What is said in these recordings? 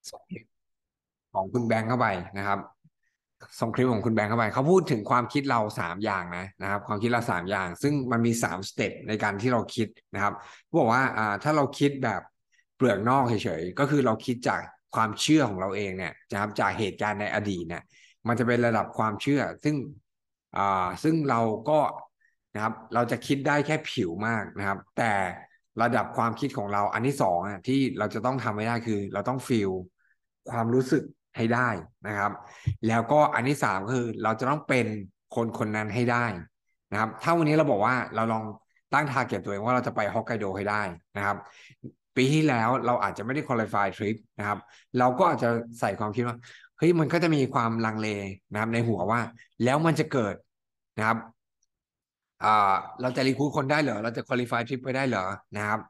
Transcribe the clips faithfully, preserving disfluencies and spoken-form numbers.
ส่งคลิปของคุณแบงค์เข้าไปนะครับส่งคลิปของคุณแบงค์เข้าไปเขาพูดถึงความคิดเราสามอย่างนะนะครับความคิดเราสามอย่างซึ่งมันมีสามสเต็ปในการที่เราคิดนะครับบอกว่าอ่าถ้าเราคิดแบบเปลือกนอกเฉยๆก็คือเราคิดจากความเชื่อของเราเองเนี่ยนะครับจากเหตุการณ์ในอดีตเนี่ยมันจะเป็นระดับความเชื่อซึ่งอ่าซึ่งเราก็นะครับเราจะคิดได้แค่ผิวมากนะครับแต่ระดับความคิดของเราอันที่สองอ่ะที่เราจะต้องทำให้ได้คือเราต้องฟีลความรู้สึกให้ได้นะครับแล้วก็อันที่สามก็คือเราจะต้องเป็นคนคนนั้นให้ได้นะครับถ้าวันนี้เราบอกว่าเราลองตั้งทาร์เก็ตตัวเองว่าเราจะไปฮอกไกโดให้ได้นะครับปีที่แล้วเราอาจจะไม่ได้ qualify trip นะครับเราก็อาจจะใส่ความคิดว่าเฮ้ยมันก็จะมีความลังเลนะครับในหัวว่าแล้วมันจะเกิดนะครับอ่าเราจะรีคูดคนได้เหรอเราจะ qualify trip ไปได้เหรอนะครับ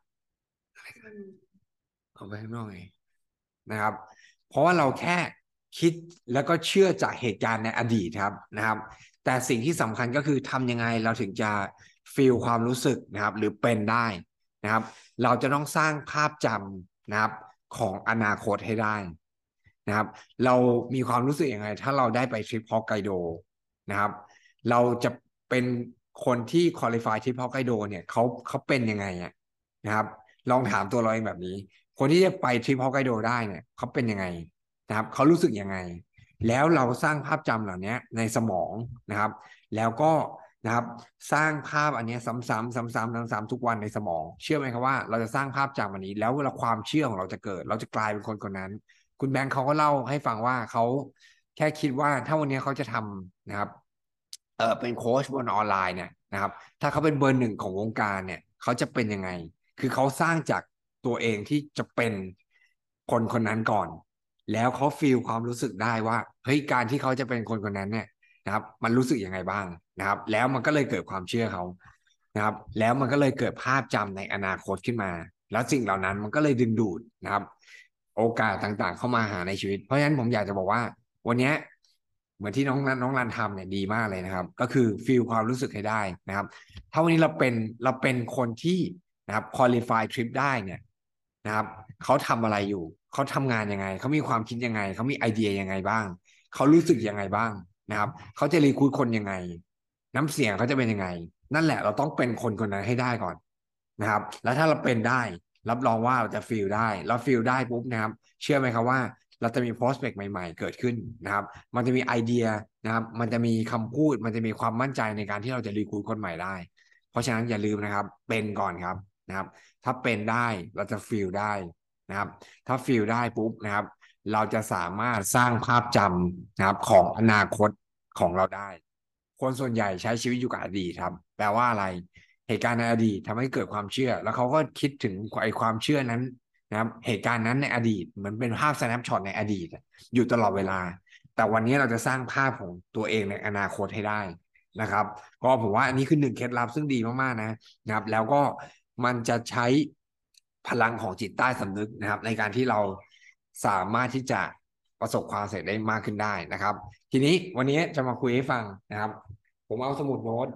เอาไปข้างนอกไงนะครับเพราะว่าเราแค่คิดแล้วก็เชื่อจากเหตุการณ์ในอดีตครับนะครับแต่สิ่งที่สำคัญก็คือทำยังไงเราถึงจะฟีลความรู้สึกนะครับหรือเป็นได้นะครับเราจะต้องสร้างภาพจำนะครับของอนาคตให้ได้นะครับเรามีความรู้สึกยังไงถ้าเราได้ไปทริปฮอกไกโดนะครับเราจะเป็นคนที่คุริฟายทริปฮอกไกโดเนี่ยเขาเขาเป็นยังไงอะนะครับลองถามตัวเราเองแบบนี้ คนที่จะไปทริปฮอกไกโดได้เนี่ยเขาเป็นยังไงนะครับเขารู้สึกยังไงแล้วเราสร้างภาพจำเหล่านี้ในสมองนะครับแล้วก็นะครับสร้างภาพอันนี้ซ้ำๆซ้ำๆซ้ำๆทุกวันในสมองเชื่อไหมครับว่าเราจะสร้างภาพจำอันนี้แล้วเวลาความเชื่อของเราจะเกิดเราจะกลายเป็นคนคนนั้นคุณแบงค์เขาก็เล่าให้ฟังว่าเขาแค่คิดว่าถ้าวันนี้เขาจะทำนะครับเออเป็นโค้ชบนออนไลน์เนี่ยนะครับถ้าเขาเป็นเบอร์หนึ่งของวงการเนี่ยเขาจะเป็นยังไง คือเขาสร้างจากตัวเองที่จะเป็นคนคนนั้นก่อน แล้วเขาฟีลความรู้สึกได้ว่าเฮ้ยการที่เขาจะเป็นคนคนนั้นเนี่ยนะครับมันรู้สึกยังไงบ้างนะครับแล้วมันก็เลยเกิดความเชื่อเขานะครับแล้วมันก็เลยเกิดภาพจำในอนาคตขึ้นมาแล้วสิ่งเหล่านั้นมันก็เลยดึงดูดนะครับโอกาสต่างๆเข้ามาหาในชีวิตเพราะฉะนั้นผมอยากจะบอกว่าวันนี้เหมือนที่น้องน้องรันทำเนี่ยดีมากเลยนะครับก็คือฟีลความรู้สึกให้ได้นะครับ ถ้าวันนี้เราเป็นเราเป็นคนที่นะครับ qualify trip ได้เนี่ยนะครับเขาทำอะไรอยู่เขาทำงานยังไงเขามีความคิดยังไงเขามีไอเดียยังไงบ้างเขารู้สึกยังไงบ้างนะครับเขาจะรีคูดคนยังไงน้ำเสียงเขาจะเป็นยังไงนั่นแหละเราต้องเป็นคนคนนั้นให้ได้ก่อนนะครับแล้วถ้าเราเป็นได้รับรองว่าเราจะฟีลได้เราฟีลได้ปุ๊บนะครับเชื่อไหมครับว่าเราจะมี prospect ใหม่ๆเกิดขึ้นนะครับมันจะมีไอเดียนะครับมันจะมีคำพูดมันจะมีความมั่นใจในการที่เราจะรีคูดคนใหม่ได้ เพราะฉะนั้นอย่าลืมนะครับเป็นก่อนครับนะครับถ้าเป็นได้เราจะฟีลได้นะครับถ้าฟีลได้ปุ๊บนะครับเราจะสามารถสร้างภาพจำนะครับของอนาคตของเราได้คนส่วนใหญ่ใช้ชีวิตอยู่กับอดีตครับแปลว่าอะไรเหตุการณ์ในอดีตทำให้เกิดความเชื่อแล้วเขาก็คิดถึงไอ้ความเชื่อนั้นนะครับเหตุการณ์นั้นในอดีตเหมือนเป็นภาพ snapshot ในอดีตอยู่ตลอดเวลาแต่วันนี้เราจะสร้างภาพของตัวเองในอนาคตให้ได้ นะครับก็ผมว่าอันนี้คือหนึ่งเคล็ดลับซึ่งดีมากๆนะนะครับแล้วก็มันจะใช้พลังของจิตใต้สำนึกนะครับในการที่เราสามารถที่จะประสบความสำเร็จได้มากขึ้นได้นะครับทีนี้วันนี้จะมาคุยให้ฟังนะครับผมเอาสมุดโน้ต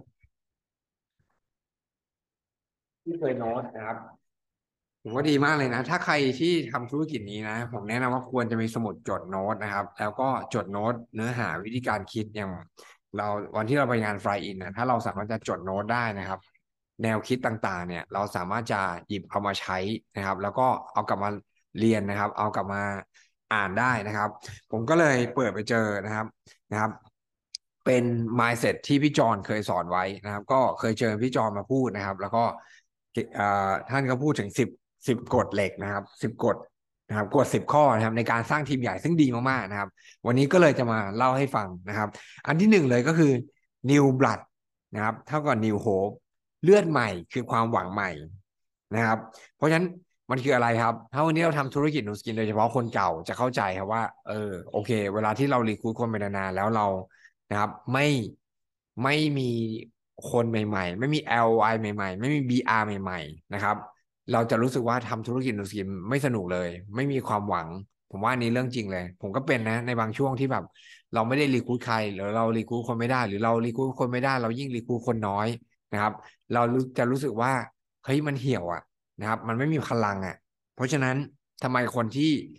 ที่เคยโน้ตนะครับ ผมว่าดีมากเลยนะถ้าใครที่ทำธุรกิจนี้นะผมแนะนำว่าควรจะมีสมุดจดโน้ตนะครับแล้วก็จดโน้ตเนื้อหาวิธีการคิดอย่างเราวันที่เราไปงานไฟล์อินนะถ้าเราสามารถจะจดโน้ตได้นะครับแนวคิดต่างๆเนี่ยเราสามารถจะหยิบเอามาใช้นะครับแล้วก็เอากลับมาเรียนนะครับเอากลับมาอ่านได้นะครับผมก็เลยเปิดไปเจอนะครับนะครับเป็น mindset ที่พี่จอนเคยสอนไว้นะครับก็เคยเจอพี่จอนมาพูดนะครับแล้วก็เอ่อท่านก็พูดถึงสิบ สิบกฎเหล็กนะครับสิบกฎนะครับกฎสิบข้อนะครับในการสร้างทีมใหญ่ซึ่งดีมากๆนะครับวันนี้ก็เลยจะมาเล่าให้ฟังนะครับอันที่หนึ่งเลยก็คือ new blood นะครับเท่ากับ new hope เลือดใหม่คือความหวังใหม่นะครับเพราะฉะนั้นมันคืออะไรครับถ้าวันนี้เราทำธุรกิจนูสกินโดยเฉพาะคนเก่าจะเข้าใจครับว่าเออโอเคเวลาที่เรารีคูดคนไปนานๆแล้วเรานะครับไม่ไม่มีคนใหม่ๆไม่มี แอล ไอ ใหม่ๆไม่มี บี อาร์ ใหม่ๆนะครับ เราจะรู้สึกว่าทำธุรกิจธุรกิจไม่สนุกเลยไม่มีความหวังผมว่าอันนี้เรื่องจริงเลยผมก็เป็นนะในบางช่วงที่แบบเราไม่ได้รีคูดใครหรือเรารีคูดคนไม่ได้หรือเรารีคูดคนไม่ได้เรายิ่งรีคูดคนน้อยนะครับเราจะรู้สึกว่าเฮ้ยมันเหี่ยวอ่ะนะครับมันไม่มีพลังอ่ะเพราะฉะนั้นทำไมคนที่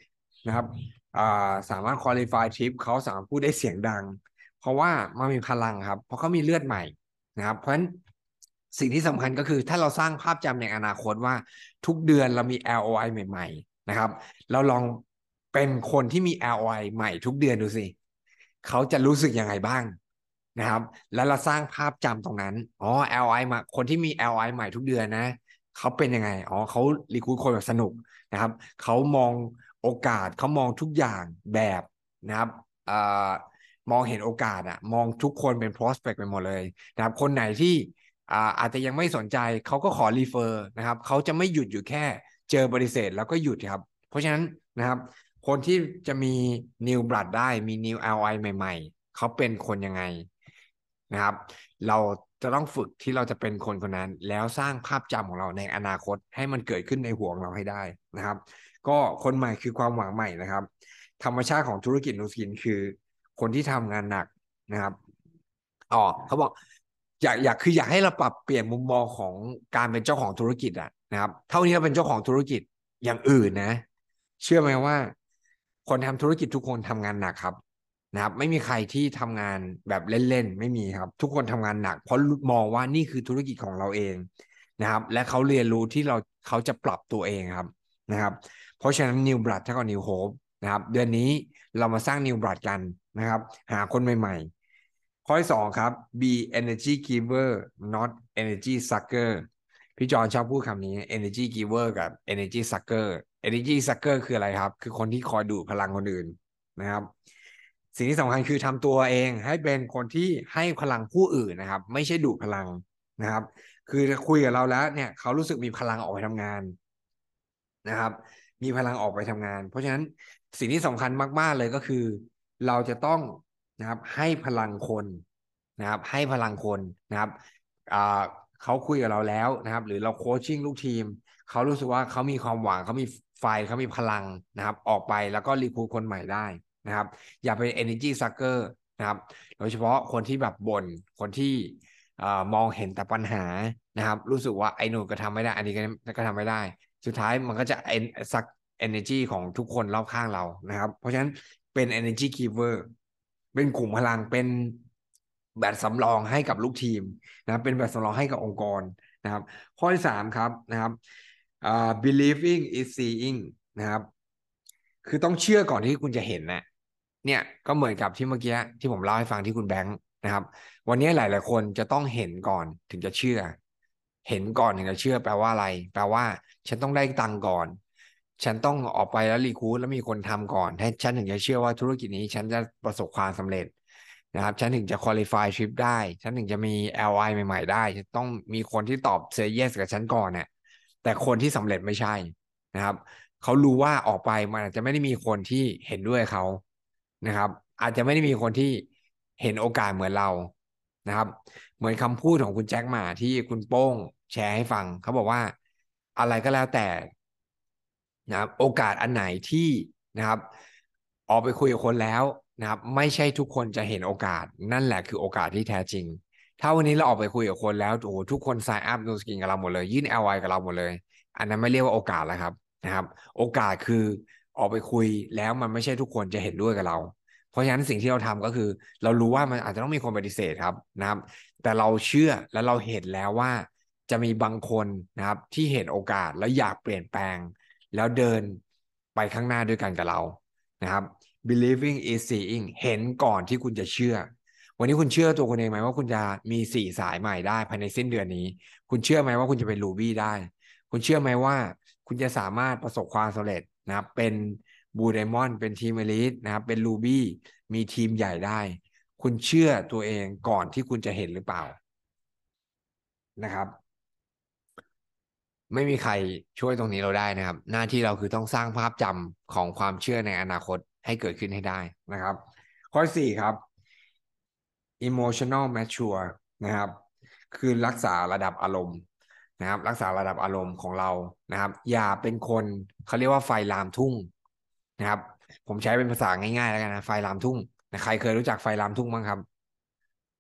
นะครับอ่าสามารถ qualify trip เขาสามารถพูดได้เสียงดังเพราะว่ามันมีพลังครับเพราะเขามีเลือดใหม่นะครับเพราะฉะนั้นสิ่งที่สำคัญก็คือถ้าเราสร้างภาพจำในอนาคตว่าทุกเดือนเรามี แอล โอ ไอ ใหม่ๆนะครับเราลองเป็นคนที่มี แอล โอ ไอ ใหม่ทุกเดือนดูสิเขาจะรู้สึกยังไงบ้างนะครับแล้วเราสร้างภาพจำตรงนั้นอ๋อ แอล โอ ไอ มาคนที่มี แอล โอ ไอ ใหม่ทุกเดือนนะเขาเป็นยังไงอ๋อเขารีคูดคนแบบสนุกนะครับเขามองโอกาสเขามองทุกอย่างแบบนะครับเอ่อมองเห็นโอกาสอะมองทุกคนเป็น prospect ไปหมดเลยนะครับคนไหนที่อ่าอาจจะยังไม่สนใจเขาก็ขอรีเฟอร์นะครับเขาจะไม่หยุดอยู่แค่เจอบริษัทแล้วก็หยุดครับเพราะฉะนั้นนะครับคนที่จะมี new blood ได้มี new แอล โอ ไอ ใหม่ๆเขาเป็นคนยังไงนะครับเราจะต้องฝึกที่เราจะเป็นคนคนนั้นแล้วสร้างภาพจำของเราในอนาคตให้มันเกิดขึ้นในหัวของเราให้ได้นะครับก็คนใหม่คือความหวังใหม่นะครับธรรมชาติของธุรกิจนูสกินคือคนที่ทำงานหนักนะครับอ๋อเขาบอกอยากอยากคืออยากให้เราปรับเปลี่ยนมุมมองของการเป็นเจ้าของธุรกิจอะนะครับเท่านี้เราเป็นเจ้าของธุรกิจอย่างอื่นนะเชื่อไหมว่าคนทำธุรกิจทุกคนทำงานหนักครับ นะครับไม่มีใครที่ทำงานแบบเล่นๆไม่มีครับทุกคนทำงานหนักเพราะมองว่านี่คือธุรกิจของเราเองนะครับและเขาเรียนรู้ที่เราเขาจะปรับตัวเองครับนะครับเพราะฉะนั้น New Blood เท่ากับ New Hope นะครับเดือนนี้เรามาสร้าง New Blood กันนะครับหาคนใหม่ๆข้อที่สองครับ be energy giver not energy sucker พี่จอนชอบพูดคำนี้ energy giver กับ energy sucker energy sucker คืออะไรครับคือคนที่คอยดูดพลังคนอื่นนะครับสิ่งที่สำคัญคือทำตัวเองให้เป็นคนที่ให้พลังผู้อื่นนะครับไม่ใช่ดูดพลังนะครับคือคุยกับเราแล้วเนี่ยเขารู้สึกมีพลังออกไปทำงานนะครับมีพลังออกไปทำงานเพราะฉะนั้นสิ่งที่สำคัญมากๆเลยก็คือเราจะต้องนะครับให้พลังคนนะครับให้พลังคนนะครับอ่าเขาคุยกับเราแล้วนะครับหรือเราโคชชิ่งลูกทีมเขารู้สึกว่าเขามีความหวังเขามีไฟเขามีพลังนะครับออกไปแล้วก็รีครูทคนใหม่ได้นะครับอย่าเป็น energy sucker นะครับโดยเฉพาะคนที่แบบบ่นคนที่อ่ามองเห็นแต่ปัญหานะครับรู้สึกว่าไอ้นู่นก็ทำไม่ได้อันนี้ก็ก็ทำไม่ได้ สุดท้ายมันก็จะเอ็นซัก energy ของทุกคนรอบข้างเรานะครับเพราะฉะนั้นเป็น energy giver เป็นกลุ่มพลังเป็นแบตสำรองให้กับลูกทีมนะครับเป็นแบตสำรองให้กับองค์กรนะครับข้อที่สามครับนะครับอ่า believing is seeing นะครับคือต้องเชื่อก่อนที่คุณจะเห็นนะเนี่ยก็เหมือนกับที่เมื่อกี้ที่ผมเล่าให้ฟังที่คุณแบงค์นะครับวันนี้หลายๆคนจะต้องเห็นก่อนถึงจะเชื่อเห็นก่อนถึงจะเชื่อแปลว่าอะไรแปลว่าฉันต้องได้ตังค์ก่อนฉันต้องออกไปแล้วรีครูทแล้วมีคนทำก่อนให้ฉันถึงจะเชื่อว่าธุรกิจนี้ฉันจะประสบความสำเร็จนะครับฉันถึงจะ qualify trip ได้ฉันถึงจะมี แอล ไอ ใหม่ๆได้ฉันต้องมีคนที่ตอบ say yes กับฉันก่อนเนี่ยแต่คนที่สำเร็จไม่ใช่นะครับเขารู้ว่าออกไปมันอาจจะไม่ได้มีคนที่เห็นด้วยเขานะครับอาจจะไม่ได้มีคนที่เห็นโอกาสเหมือนเรานะครับเหมือนคำพูดของคุณแจ็คหมาที่คุณโป้งแชร์ให้ฟังเขาบอกว่าอะไรก็แล้วแต่นะครับโอกาสอันไหนที่นะครับออกไปคุยกับคนแล้วนะครับไม่ใช่ทุกคนจะเห็นโอกาสนั่นแหละคือโอกาสที่แท้จริงถ้าวันนี้เราออกไปคุยกับคนแล้วโอ้โหทุกคนไซน์อัพดูสกินกับเราหมดเลยยื่น แอล ไอ กับเราหมดเลยอันนั้นไม่เรียกว่าโอกาสแล้วครับนะครับโอกาสคือออกไปคุยแล้วมันไม่ใช่ทุกคนจะเห็นด้วยกับเราเพราะฉะนั้นสิ่งที่เราทำก็คือเรารู้ว่ามันอาจจะต้องมีคนปฏิเสธครับนะครับแต่เราเชื่อและเราเห็นแล้วว่าจะมีบางคนนะครับที่เห็นโอกาสแล้วอยากเปลี่ยนแปลง แล้วเดินไปข้างหน้าด้วยกันกับเรานะครับ believing is seeing เห็นก่อนที่คุณจะเชื่อวันนี้คุณเชื่อตัวคุณเองไหมว่าคุณจะมีสี่สายใหม่ได้ภายในสิ้นเดือนนี้คุณเชื่อไหมว่าคุณจะเป็นรูบี้ได้คุณเชื่อไหมว่าคุณจะสามารถประสบความสำเร็จนะครับเป็นบูไดมอนด์เป็นทีมเอลิทนะครับเป็นรูบี้มีทีมใหญ่ได้คุณเชื่อตัวเองก่อนที่คุณจะเห็นหรือเปล่านะครับ ไม่มีใครช่วยตรงนี้เราได้นะครับหน้าที่เราคือต้องสร้างภาพจำของความเชื่อในอนาคตให้เกิดขึ้นให้ได้นะครับข้อสี่ครับ emotional mature นะครับคือรักษาระดับอารมณ์นะครับรักษาระดับอารมณ์ของเรานะครับอย่าเป็นคนเขาเรียกว่าไฟลามทุ่งนะครับผมใช้เป็นภาษาง่ายๆแล้วกันนะไฟลามทุ่งนะใครเคยรู้จักไฟลามทุ่งบ้างครับ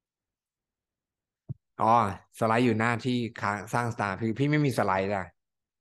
อ๋อสไลด์อยู่หน้าที่ค้างสร้างสตาร์คือพี่ไม่มีสไลด์จ้ะ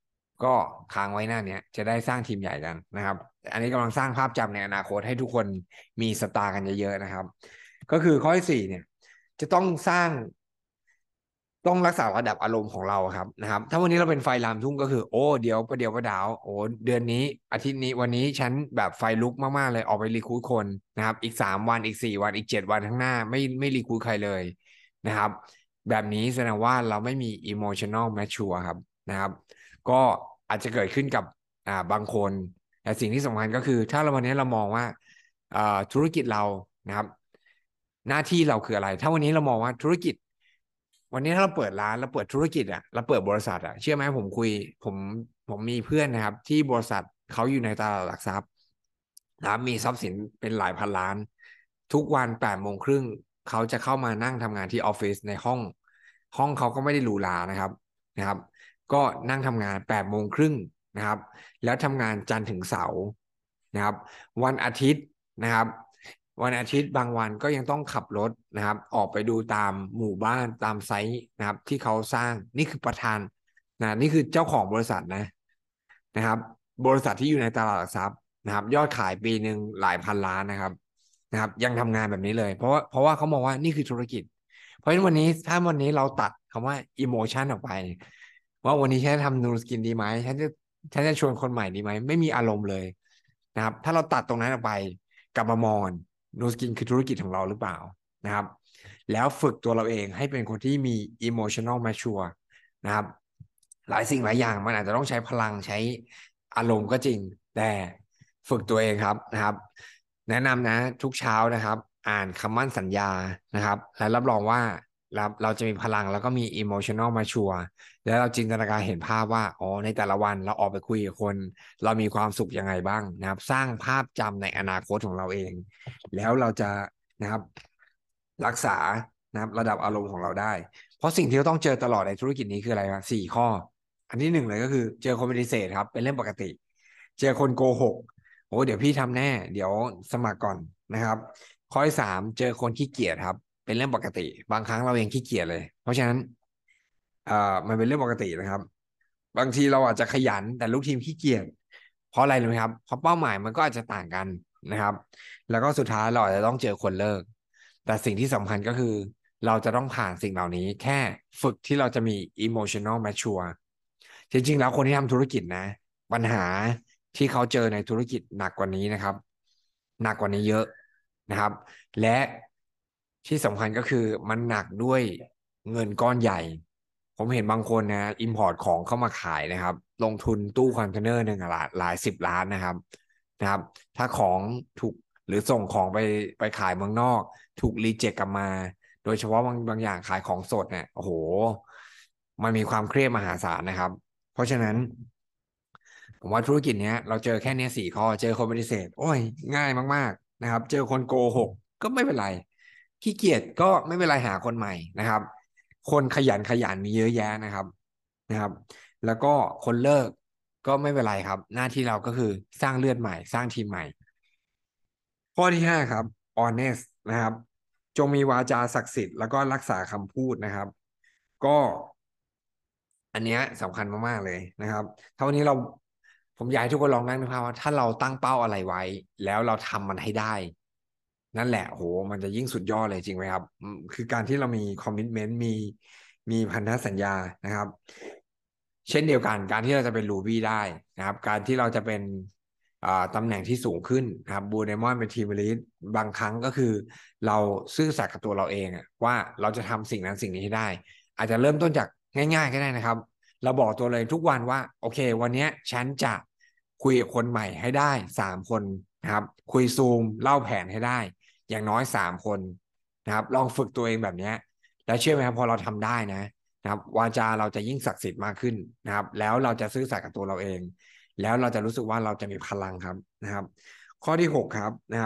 ก็ค้างไว้หน้าเนี้ยจะได้สร้างทีมใหญ่กันนะครับอันนี้กำลังสร้างภาพจำในอนาคตให้ทุกคนมีสตาร์กันเยอะๆนะครับก็คือข้อที่สี่เนี่ยจะต้องสร้างต้องรักษาระดับอารมณ์ของเราครับนะครับถ้าวันนี้เราเป็นไฟลามทุ่งก็คือโอ้เดี๋ยวประเดี๋ยวประดาวโอ้เดือนนี้อาทิตย์นี้วันนี้ฉันแบบไฟลุกมากๆเลยออกไปรีครูทคนนะครับอีกสามวันอีกสี่วันอีกเจ็ดวันข้างหน้าไม่ไม่รีครูทใครเลยนะครับแบบนี้แสดงว่าเราไม่มี emotional mature ครับนะครับก็อาจจะเกิดขึ้นกับอ่าบางคนแต่สิ่งที่สำคัญก็คือถ้าเราวันนี้เรามองว่าอ่าธุรกิจเรานะครับหน้าที่เราคืออะไรถ้าวันนี้เรามองว่าธุรกิจวันนี้ถ้าเราเปิดร้านเราเปิดธุรกิจอ่ะเราเปิดบริษัทอ่ะเชื่อไหมผมคุยผมผมมีเพื่อนนะครับที่บริษัทเขาอยู่ในตลาดหลักทรัพย์นะครับมีทรัพย์สินเป็นหลายพันล้านทุกวันแปดโมงครึ่งเขาจะเข้ามานั่งทำงานที่ออฟฟิศในห้องห้องเขาก็ไม่ได้หรูหรานะครับนะครับก็นั่งทำงานแปดโมงครึ่งนะครับแล้วทำงานจันทร์ถึงเสาร์นะครับวันอาทิตย์นะครับ วันอาทิตย์บางวันก็ยังต้องขับรถนะครับออกไปดูตามหมู่บ้านตามไซต์นะครับที่เขาสร้างนี่คือประธานนะนี่คือเจ้าของบริษัทนะนะครับบริษัทที่อยู่ในตลาดหลักทรัพย์นะครับยอดขายปีหนึ่งหลายพันล้านนะครับนะครับยังทำงานแบบนี้เลยเพราะว่าเพราะว่าเขามองว่านี่คือธุรกิจเพราะฉะนั้นวันนี้ถ้าวันนี้เราตัดคำว่า emotion ออกไปว่าวันนี้ฉันจะทำนูสกินดีไหมฉันจะฉันจะชวนคนใหม่ดีไหมไม่มีอารมณ์เลยนะครับถ้าเราตัดตรงนั้นออกไปกลับมามอง นูสกินคือธุรกิจของเราหรือเปล่านะครับแล้วฝึกตัวเราเองให้เป็นคนที่มี emotional mature นะครับหลายสิ่งหลายอย่างมันอาจจะต้องใช้พลังใช้อารมณ์ก็จริงแต่ฝึกตัวเองครับนะครับแนะนำนะทุกเช้านะครับอ่านคำมั่นสัญญานะครับและรับรองว่าเราเราจะมีพลังแล้วก็มี emotional mature แล้วเราจินตนาการเห็นภาพว่าอ๋อในแต่ละวันเราออกไปคุยกับคนเรามีความสุขยังไงบ้างนะครับสร้างภาพจำในอนาคตของเราเอง แล้วเราจะนะครับรักษานะครับระดับอารมณ์ของเราได้ เพราะสิ่งที่เราต้องเจอตลอดในธุรกิจนี้คืออะไรครับสี่ข้ออันที่หนึ่งเลยก็คือเจอคนปฏิเสธครับเป็นเรื่องปกติเจอคนโกหกโอ้เดี๋ยวพี่ทำแน่เดี๋ยวสมัครก่อนนะครับข้อที่สามเจอคนขี้เกียจครับเป็นเรื่องปกติบางครั้งเรายังขี้เกียจเลยเพราะฉะนั้นเอ่อมันเป็นเรื่องปกตินะครับบางทีเราอาจจะขยันแต่ลูกทีมขี้เกียจเพราะอะไรรู้ไหมครับเพราะเป้าหมายมันก็อาจจะต่างกันนะครับ แล้วก็สุดท้ายเราอาจจะต้องเจอคนเลิกแต่สิ่งที่สำคัญก็คือเราจะต้องผ่านสิ่งเหล่านี้แค่ฝึกที่เราจะมี emotional mature จริงๆแล้วคนที่ทำธุรกิจนะปัญหาที่เขาเจอในธุรกิจหนักกว่านี้นะครับหนักกว่านี้เยอะนะครับและที่สำคัญก็คือมันหนักด้วยเงินก้อนใหญ่ผมเห็นบางคนนะอิมพอร์ตของเข้ามาขายนะครับลงทุนตู้คอนเทนเนอร์หนึ่งอะหลายหลายสิบล้านนะครับนะครับถ้าของถูกหรือส่งของไปไปขายเมืองนอกถูกรีเจ็คกลับมาโดยเฉพาะบางบางอย่างขายของสดเนี่ยโอ้โหมันมีความเครียดมหาศาลนะครับเพราะฉะนั้นผมว่าธุรกิจเนี้ยเราเจอแค่เนี้ยสี่ข้อเจอคนปฏิเสธโอ้ยง่ายมากๆนะครับเจอคนโกหกก็ไม่เป็นไรขี้เกียจก็ไม่เป็นไรหาคนใหม่นะครับคนขยันขยันมีเยอะแยะนะครับนะครับแล้วก็คนเลิกก็ไม่เป็นไรครับหน้าที่เราก็คือสร้างเลือดใหม่สร้างทีมใหม่ ข้อที่ห้าครับ honest นะครับจงมีวาจาศักดิ์สิทธิ์แล้วก็รักษาคำพูดนะครับก็อันเนี้ยสำคัญมากๆเลยนะครับถ้าวันนี้เราผมอยากให้ทุกคนลองนั่งนึกภาพว่าถ้าเราตั้งเป้าอะไรไว้แล้วเราทำมันให้ได้นั่นแหละโหมันจะยิ่งสุดยอดเลยจริงไหมครับอืมคือการที่เรามีคอมมิ t เมนต์มีมีพันธสัญญานะครับ เช่นเดียวกันการที่เราจะเป็นรูบี้ได้นะครับการที่เราจะเป็นอ่าตำแหน่งที่สูงขึ้นนะครับบูเดมอนเป็นทีมลีดบางครั้งก็คือเราซื่อสัตย์กับตัวเราเองอะว่าเราจะทำสิ่งนั้นสิ่งนี้ให้ได้อาจจะเริ่มต้นจากง่ายๆก็ได้นะครับเราบอกตัวเลยทุกวันว่าโอเควันนี้ฉันจะคุยกับคนใหม่ให้ได้สามคนนะครับคุยซูมเล่าแผนให้ได้อย่างน้อยสามคนนะครับลองฝึกตัวเองแบบนี้แล้วเชื่อไหมครับพอเราทำได้นะ นะครับวาจาเราจะยิ่งศักดิ์สิทธิ์มากขึ้นนะครับแล้วเราจะซื่อสัตย์กับตัวเราเองแล้วเราจะรู้สึกว่าเราจะมีพลังครับนะครับข้อที่หกครับนะครับ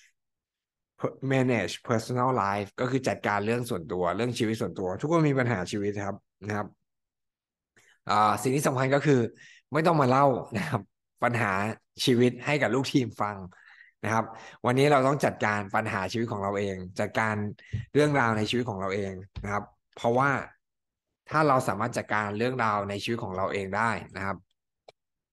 manage personal life ก็คือจัดการเรื่องส่วนตัวเรื่องชีวิตส่วนตัวทุกคนมีปัญหาชีวิตครับนะครับอ่าสิ่งที่สำคัญก็คือไม่ต้องมาเล่านะครับปัญหาชีวิตให้กับลูกทีมฟังนะครับวันนี้เราต้องจัดการปัญหาชีวิตของเราเองจัดการเรื่องราวในชีวิตของเราเองนะครับเพราะว่าถ้าเราสามารถจัดการเรื่องราวในชีวิตของเราเองได้นะครับ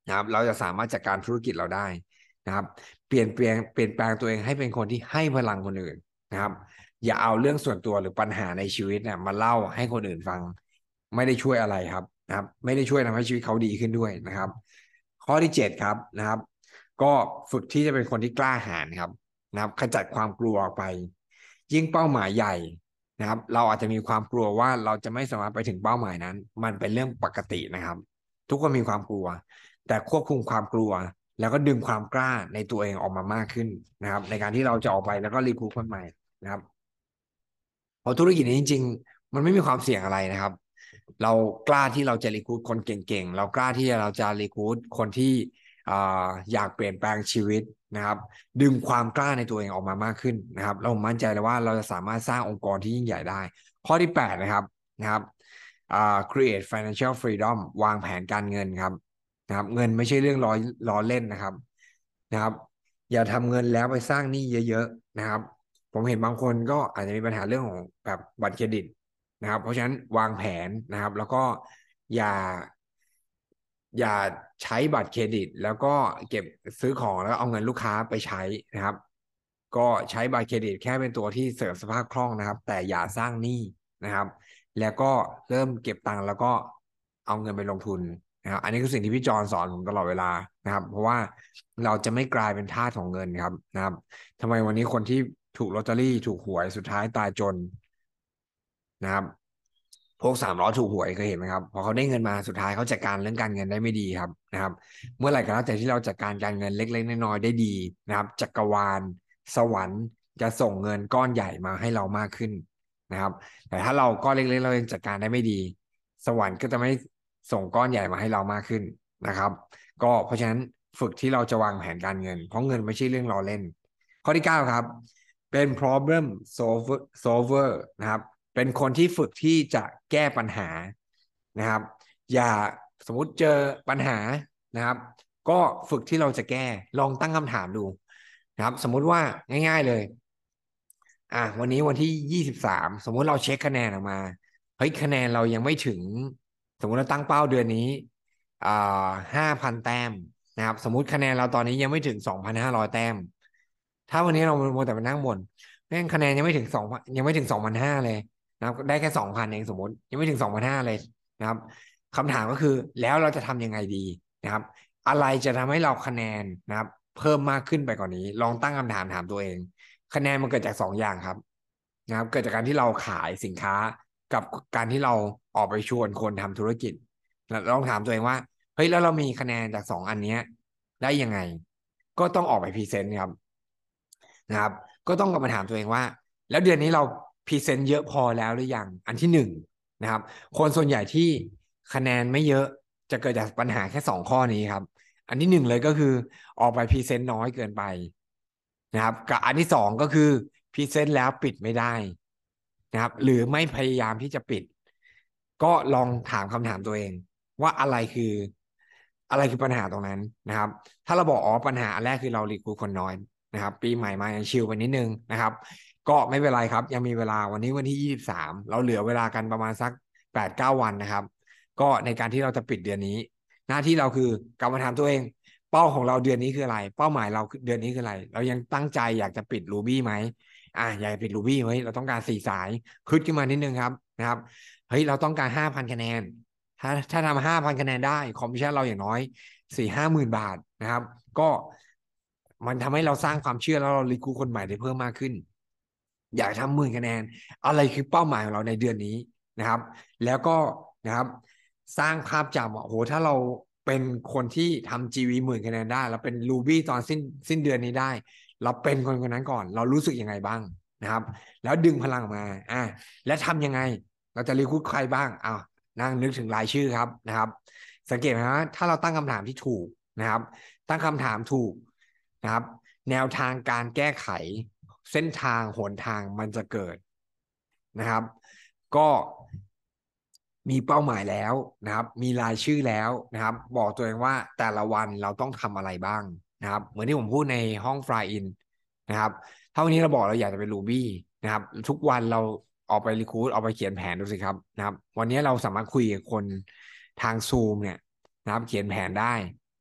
นะครับเราจะสามารถจัดการธุรกิจเราได้นะครับเปลี่ยนเปลี่ยนเปลี่ยนแปลงตัวเองให้เป็นคนที่ให้พลังคนอื่นนะครับอย่าเอาเรื่องส่วนตัวหรือปัญหาในชีวิตเนี่ยมาเล่าให้คนอื่นฟังไม่ได้ช่วยอะไรครับนะครับไม่ได้ช่วยทำให้ชีวิตเขาดีขึ้นด้วยนะครับข้อที่เจ็ดครับนะครับก็ฝึกที่จะเป็นคนที่กล้าหาญครับนะครับขจัดความกลัวออกไปยิ่งเป้าหมายใหญ่นะครับเราอาจจะมีความกลัวว่าเราจะไม่สามารถไปถึงเป้าหมายนั้นมันเป็นเรื่องปกตินะครับทุกคนมีความกลัว แต่ควบคุมความกลัวแล้วก็ดึงความกล้าในตัวเองออกมามากขึ้นนะครับในการที่เราจะออกไปแล้วก็รีคูดคนใหม่นะครับเพราะธุรกิจนี้จริงๆมันไม่มีความเสี่ยงอะไรนะครับเรากล้าที่เราจะรีคูดคนเก่งๆเรากล้าที่เราจะรีคูดคนที่อ่าอยากเปลี่ยนแปลงชีวิตนะครับดึงความกล้าในตัวเองออกมามากขึ้นนะครับเรามั่นใจเลยว่าเราจะสามารถสร้างองค์กรที่ยิ่งใหญ่ได้ข้อที่แปดนะครับนะครับอ่า create financial freedom วางแผนการเงินครับ นะครับเงินไม่ใช่เรื่องล้อล้อเล่นนะครับนะครับอย่าทำเงินแล้วไปสร้างหนี้เยอะๆนะครับผมเห็นบางคนก็อาจจะมีปัญหาเรื่องของแบบบัตรเครดิตนะครับเพราะฉะนั้นวางแผนนะครับแล้วก็อย่าอย่าใช้บัตรเครดิตแล้วก็เก็บซื้อของแล้วก็เอาเงินลูกค้าไปใช้นะครับก็ใช้บัตรเครดิตแค่เป็นตัวที่เสริมสภาพคล่องนะครับแต่อย่าสร้างหนี้นะครับแล้วก็เริ่มเก็บตังค์แล้วก็เอาเงินไปลงทุน นะครับอันนี้คือสิ่งที่พี่จอนสอนผมตลอดเวลานะครับเพราะว่าเราจะไม่กลายเป็นทาสของเงินครับนะครับทำไมวันนี้คนที่ถูกลอตเตอรี่ถูกหวยสุดท้ายตายจนนะครับพวกสามล้อถูกหวยเคยเห็นไหมครับพอเขาได้เงินมาสุดท้ายเขาจัดการเรื่องการเงินได้ไม่ดีครับนะครับเมื่อไหร่ก็แล้วแต่ที่เราจัดการการเงินเล็กๆน้อยๆได้ดีนะครับจักรวาลสวรรค์จะส่งเงินก้อนใหญ่มาให้เรามากขึ้นนะครับแต่ถ้าเราก้อนเล็กๆเรายังจัดการได้ไม่ดีสวรรค์ก็จะไม่ส่งก้อนใหญ่มาให้เรามากขึ้นนะครับก็เพราะฉะนั้นฝึกที่เราจะวางแผนการเงินเพราะเงินไม่ใช่เรื่องล้อเล่นข้อที่เก้าครับเป็น problem solver solver นะครับ เป็นคนที่ฝึกที่จะแก้ปัญหานะครับอย่าสมมุติเจอปัญหานะครับก็ฝึกที่เราจะแก้ลองตั้งคำถามดูนะครับสมมุติว่าง่ายๆเลยอ่ะวันนี้วันที่ยี่สิบสามสมมุติเราเช็คคะแนนออกมาเฮ้ยคะแนนเรายังไม่ถึงสมมุติเราตั้งเป้าเดือนนี้อ่าห้าพันแต้มนะครับสมมุติคะแนนเราตอนนี้ยังไม่ถึงสองพันห้าร้อยแต้มถ้าวันนี้เราโมวแต่มานั่งบ่นแม่งคะแนนยังไม่ถึงสองยังไม่ถึงสองพันห้าเลย นะครับได้แค่สองพันเองสมมติยังไม่ถึงสองพันห้าเลยนะครับคำถามก็คือแล้วเราจะทำยังไงดีนะครับอะไรจะทำให้เราคะแนนนะครับเพิ่มมากขึ้นไปกว่านนี้ลองตั้งคำถามถามตัวเองคะแนนมันเกิดจากสองอย่างครับนะครับเกิดจากการที่เราขายสินค้ากับการที่เราออกไปชวนคนทำธุรกิจแล้วลองถามตัวเองว่าเฮ้ยแล้วเรามีคะแนนจากสองอันเนี้ยได้ยังไงก็ต้องออกไปพรีเซนต์ครับนะครับก็ต้องกลับมาถามตัวเองว่า แล้วเดือนนี้เราพรีเซนต์เยอะพอแล้วหรือยังอันที่หนึ่งนะครับคนส่วนใหญ่ที่คะแนนไม่เยอะจะเกิดจากปัญหาแค่สองข้อนี้ครับอันที่หนึ่งเลยก็คือออกไปพรีเซนต์น้อยเกินไปนะครับกับอันที่สองก็คือพรีเซนต์แล้วปิดไม่ได้นะครับหรือไม่พยายามที่จะปิดก็ลองถามคำถามตัวเองว่าอะไรคืออะไรคือปัญหาตรงนั้นนะครับถ้าเราบอกอ๋อปัญหาอันแรกคือเรารีคูดคนน้อยนะครับปีใหม่มายังชิลไปนิดนึงนะครับ ก็ไม่เป็นไรครับยังมีเวลาวันนี้วันที่ยี่สิบสามเราเหลือเวลากันประมาณสักแปดเก้าวันนะครับก็ในการที่เราจะปิดเดือนนี้หน้าที่เราคือกลับมาถามตัวเองเป้าของเราเดือนนี้คืออะไรเป้าหมายเราเดือนนี้คืออะไรเรายังตั้งใจอยากจะปิด Ruby ไหมอ่าอยากปิด Ruby เฮ้ยเราต้องการสี่สายคึดขึ้นมานิดนึงครับนะครับเฮ้ยเราต้องการห้าพันคะแนนถ้าถ้าทำห้าพันคะแนนได้คอมมิชชั่นเราอย่างน้อยสี่ห้าหมื่นบาทนะครับก็มันทำให้เราสร้างความเชื่อแล้วเรารีคูดคนใหม่ได้เพิ่มมากขึ้น อยากทำหมื่นคะแนนอะไรคือเป้าหมายของเราในเดือนนี้นะครับแล้วก็นะครับสร้างภาพจำว่าโอ้โหถ้าเราเป็นคนที่ทำ จี วี หมื่นคะแนนได้เราเป็น Ruby ตอนสิ้นสิ้นเดือนนี้ได้เราเป็นคนคนนั้นก่อนเรารู้สึกยังไงบ้างนะครับแล้วดึงพลังออกมาอ่ะและทำยังไงเราจะรีคูดใครบ้างอ้าวนั่งนึกถึงรายชื่อครับนะครับสังเกตไหมว่าถ้าเราตั้งคำถามที่ถูกนะครับตั้งคำถามถูกนะครับแนวทางการแก้ไข เส้นทางหนทางมันจะเกิดนะครับก็มีเป้าหมายแล้วนะครับมีรายชื่อแล้วนะครับบอกตัวเองว่าแต่ละวันเราต้องทำอะไรบ้างนะครับเหมือนที่ผมพูดในห้องฟลายอินนะครับถ้าวันนี้เราบอกเราอยากจะเป็นรูบี้นะครับทุกวันเราออกไปรีคูดออกไปเขียนแผนดูสิครับนะครับวันนี้เราสามารถคุยกับคนทางซูมเนี่ยนะครับเขียนแผนได้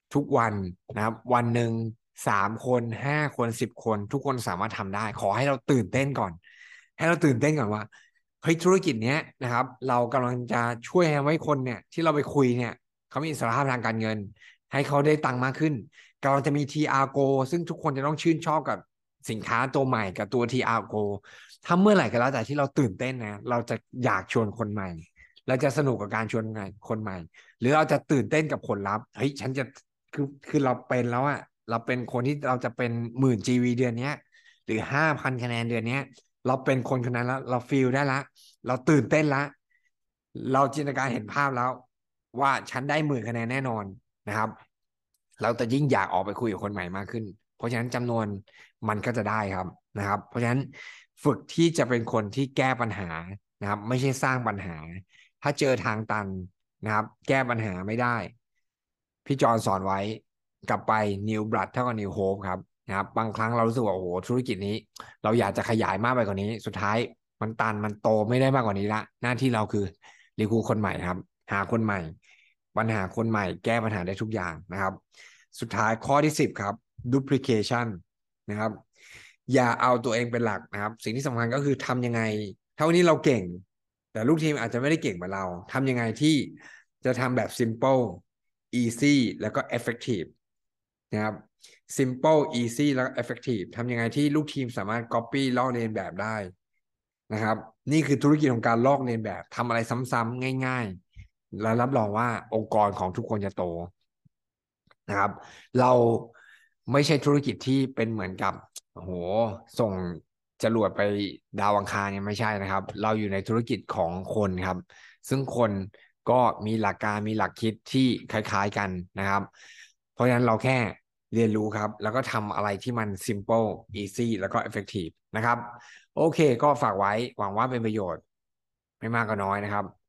ทุกวันนะครับวันหนึ่งสามคนห้าคนสิบคนทุกคนสามารถทำได้ขอให้เราตื่นเต้นก่อนให้เราตื่นเต้นก่อนว่าเฮ้ยธุรกิจเนี้ยนะครับเรากำลังจะช่วยให้คนเนี่ยที่เราไปคุยเนี่ยเขามีอิสรภาพทางการเงินให้เขาได้ตังค์มากขึ้นกำลังจะมี ที อาร์ Go ซึ่งทุกคนจะต้องชื่นชอบกับสินค้าตัวใหม่กับตัว ที อาร์ Go ถ้าเมื่อไหร่ก็แล้วแต่ที่เราตื่นเต้นนะเราจะอยากชวนคนใหม่เราจะสนุกกับการชวนคนใหม่หรือเราจะตื่นเต้นกับผลลัพธ์เฮ้ยฉันจะคือคือเราเป็นแล้วอะเราเป็นคนที่เราจะเป็นหมื่น จี วี เดือนเนี้ยหรือห้าพันคะแนนเดือนเนี้ยเราเป็นคนคนนั้นแล้วเราฟีลได้ละเราตื่นเต้นละเราจินตนาการเห็นภาพแล้วว่าฉันได้หมื่นคะแนนแน่นอนนะครับเราจะยิ่งอยากออกไปคุยกับคนใหม่มากขึ้นเพราะฉะนั้นจำนวนมันก็จะได้ครับนะครับเพราะฉะนั้นฝึกที่จะเป็นคนที่แก้ปัญหานะครับไม่ใช่สร้างปัญหาถ้าเจอทางตันนะครับแก้ปัญหาไม่ได้พี่จอนสอนไว้กลับไป New Blood เท่ากับ New Hope ครับนะครับบางครั้งเรารู้สึกว่าโอ้โหธุรกิจนี้เราอยากจะขยายมากไปกว่านี้สุดท้ายมันตันมันโตไม่ได้มากกว่านี้ละหน้าที่เราคือรีคูคนใหม่ครับหาคนใหม่ปัญหาคนใหม่แก้ปัญหาได้ทุกอย่างนะครับสุดท้ายข้อที่สิบครับ duplication นะครับอย่าเอาตัวเองเป็นหลักนะครับสิ่งที่สำคัญก็คือทำยังไงเท่านี้เราเก่งแต่ลูกทีมอาจจะไม่ได้เก่งเหมือนเราทำยังไงที่จะทำแบบ simple easy แล้วก็ effective นะครับ simple easy แล้วก็ effective ทำยังไงที่ลูกทีมสามารถ copy ลอกเลียนแบบได้นะครับนี่คือธุรกิจของการลอกเลียนแบบทำอะไรซ้ำๆง่ายๆแล้วรับรองว่าองค์กรของทุกคนจะโตนะครับเราไม่ใช่ธุรกิจที่เป็นเหมือนกับโอ้โหส่งจรวดไปดาวอังคารเนี่ยไม่ใช่นะครับเราอยู่ในธุรกิจของคนครับซึ่งคนก็มีหลักการมีหลักคิดที่คล้ายๆกันนะครับเพราะฉะนั้นเราแค่เรียนรู้ครับแล้วก็ทำอะไรที่มัน simple easy แล้วก็ effective นะครับโอเคก็ฝากไว้หวังว่าเป็นประโยชน์ไม่มากก็น้อยนะครับ